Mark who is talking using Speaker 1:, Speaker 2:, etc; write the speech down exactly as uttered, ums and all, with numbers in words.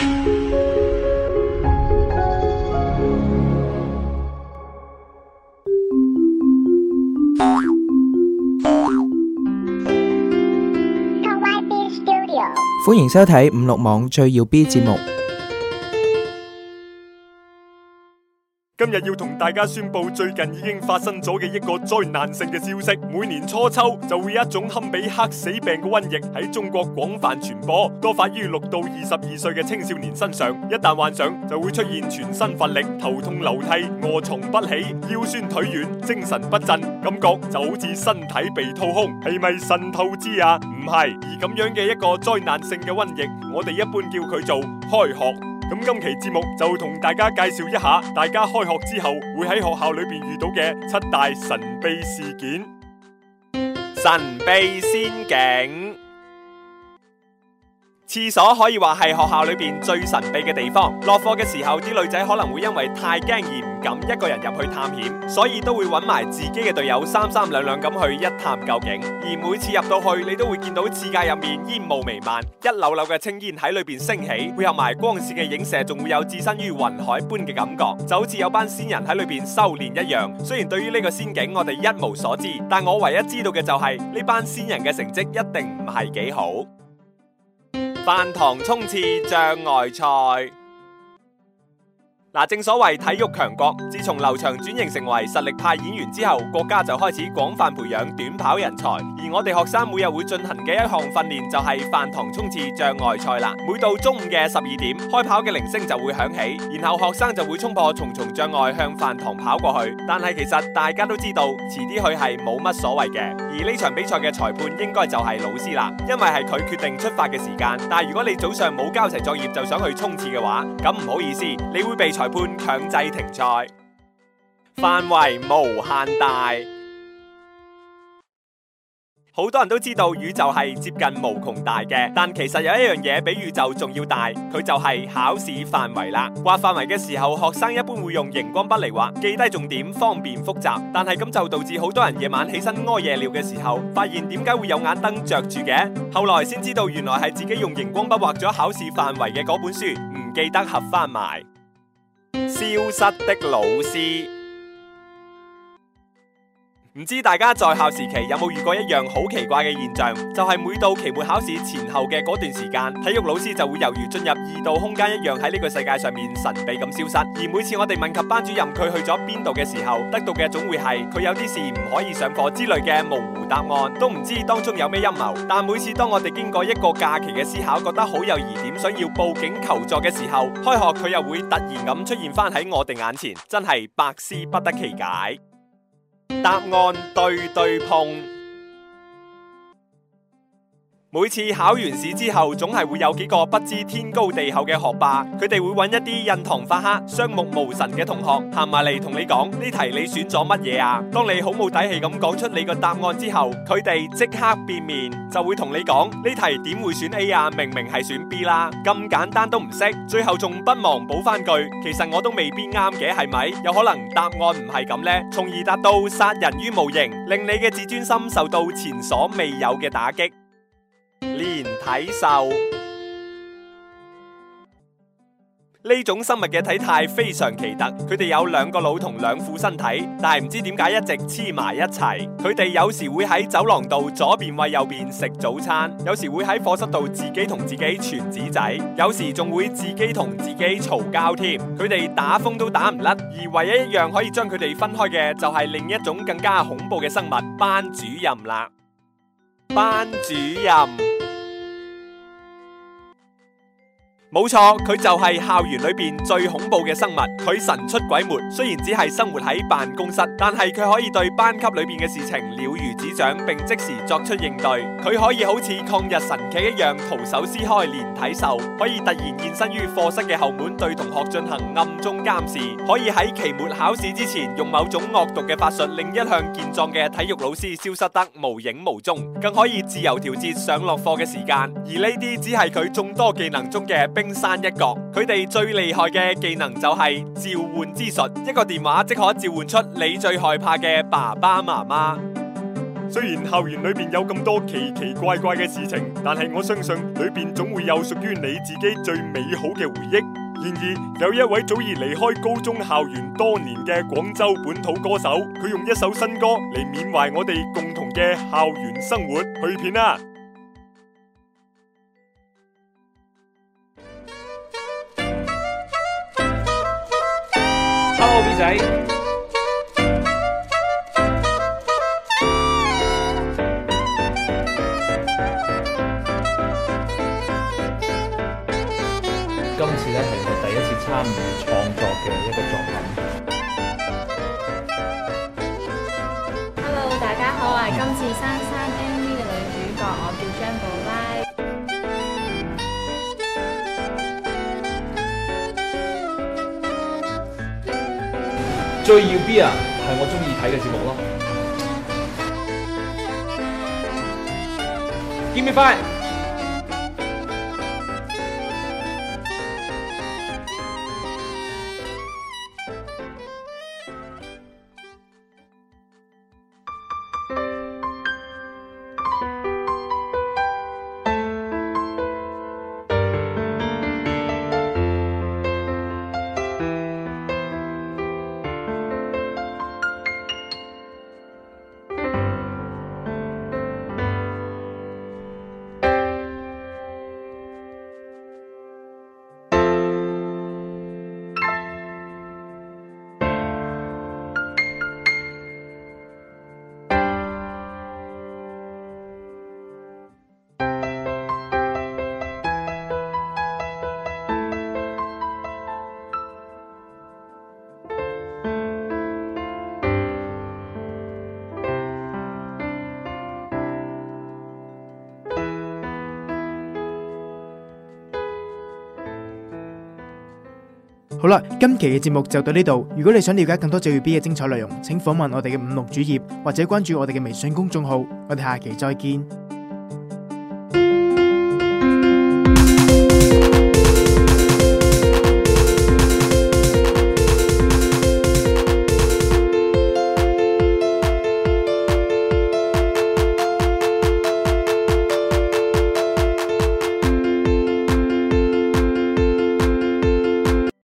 Speaker 1: 歡迎收睇五六網最耀 B 節目。
Speaker 2: 今日要同大家宣布最近已經發生咗嘅一個災難性嘅消息。每年初秋就會有一種堪比黑死病嘅瘟疫喺中國廣泛傳播，多發於六到二十二歲嘅青少年身上。一旦患上，就會出現全身乏力、頭痛流涕、臥床不起、腰酸腿軟、精神不振，感覺就好似身體被掏空。係咪腎透支啊？唔係，而咁樣嘅一個災難性嘅瘟疫，我哋一般叫佢做開學。咁今期節目就同大家介紹一下，大家開學之後會喺學校裏邊遇到嘅七大神秘事件。神秘仙境，廁所可以話係學校裏邊最神秘嘅地方。落課嘅時候，啲女仔可能會因為太驚而唔敢一個人入去探險，所以都會揾埋自己嘅隊友三三兩兩咁去一探究竟。而每次入到去，你都會見到廁格入面煙霧彌漫，一縷縷嘅青煙喺裏邊升起，配合埋光線嘅影射，仲會有置身於雲海般嘅感覺，就好似有班仙人喺裏邊修煉一樣。雖然對於呢個仙境我哋一無所知，但我唯一知道嘅就係呢班仙人嘅成績一定唔係幾好。飯堂衝刺障礙賽。嗱，正所謂體育強國，自從劉翔轉型成為實力派演員之後，國家就開始廣泛培養短跑人才。而我哋學生每日會進行嘅一項訓練就係飯堂衝刺障礙賽啦。每到中午嘅十二點，開跑嘅鈴聲就會響起，然後學生就會衝破重重障礙向飯堂跑過去。但係其實大家都知道，遲啲去係冇乜所謂嘅。而呢場比賽嘅裁判應該就係老師啦，因為係佢決定出發嘅時間。但係如果你早上冇交齊作業就想去衝刺嘅話，咁唔好意思，你會被裁判強制停賽。範圍無限大，好多人都知道宇宙係接近無窮大嘅，但其實有一樣嘢比宇宙仲要大，佢就係考試範圍啦。畫範圍嘅時候，學生一般會用熒光筆嚟畫，記低重點，方便複習。但係咁就導致好多人夜晚起身屙夜尿嘅時候，發現點解會有眼燈着住嘅？後來先知道原來係自己用熒光筆畫咗考試範圍嘅嗰本書，唔記得合翻埋。消失的老師，唔知大家在校時期有冇遇過一樣好奇怪嘅現象，就係每到期末考試前後嘅嗰段時間，體育老師就會猶如進入異度空間一樣喺呢個世界上面神秘咁消失。而每次我哋問及班主任佢去咗邊度嘅時候，得到嘅總會係佢有啲事唔可以上課之類嘅模糊答案，都唔知當中有咩陰謀。但每次當我哋經過一個假期嘅思考，覺得好有疑點，想要報警求助嘅時候，開學佢又會突然咁出現翻喺我哋眼前，真係百思不得其解。答案對對碰，每次考完試之後，總係會有幾個不知天高地厚嘅學霸，佢哋會揾一啲印堂發黑、雙目無神嘅同學行埋嚟同你講，呢題你選咗乜嘢啊？當你好冇底氣咁講出你個答案之後，佢哋即刻變面，就會同你講，呢題點會選 A 啊？明明係選 B 啦，咁簡單都唔識，最後仲不忘補翻句，其實我都未必啱嘅，係咪？有可能答案唔係咁呢，從而達到殺人於無形，令你嘅自尊心受到前所未有嘅打擊。連體獸，呢種生物嘅體態非常奇特，佢哋有兩個腦同兩副身體，但係唔知點解一直黐埋一齊。佢哋有時會喺走廊度左邊餵右邊食早餐，有時會喺課室度自己同自己傳紙仔，有時仲會自己同自己嘈交添。佢哋打風都打唔甩，而唯一一樣可以將佢哋分開嘅就係另一種更加恐怖嘅生物——班主任啦。班主任。冇錯，佢就係校園裏邊最恐怖嘅生物。佢神出鬼沒，雖然只係生活喺辦公室，但係佢可以對班級裏邊嘅事情了如指掌，並即時作出應對。佢可以好似抗日神劇一樣徒手撕開連體獸，可以突然現身於課室嘅後門，對同學進行暗中監視，可以喺期末考試之前用某種惡毒嘅法術，令一向健壯嘅體育老師消失得無影無蹤，更可以自由調節上落課嘅時間。而呢啲只係佢眾多技能中嘅冰山一角，佢哋最厲害嘅技能就係召喚之術，一個電話即可召喚出你最害怕嘅爸爸媽媽。 雖然校園裏邊有咁多奇奇怪怪嘅事情，但係我相信裏邊總會有屬於你自己最美好嘅回憶。然而，有一位早已離開高中校園多年嘅廣州本土歌手，佢用一首新歌嚟緬懷我哋共同嘅校園生活。去片啦
Speaker 1: ！Hello B 仔。今次咧係我第一次參與創作嘅一個作品。
Speaker 3: Hello， 大家好，我係今次珊珊 M V 嘅女主角，我叫張寶拉。
Speaker 1: 最耀 B 啊，係我中意睇嘅節目咯。Give me five。
Speaker 4: 好啦，今期嘅節目就到呢度。如果你想了解更多最耀 B 嘅精彩內容，請訪問我哋嘅五六主頁或者關注我哋嘅微信公眾號。我哋下期再見。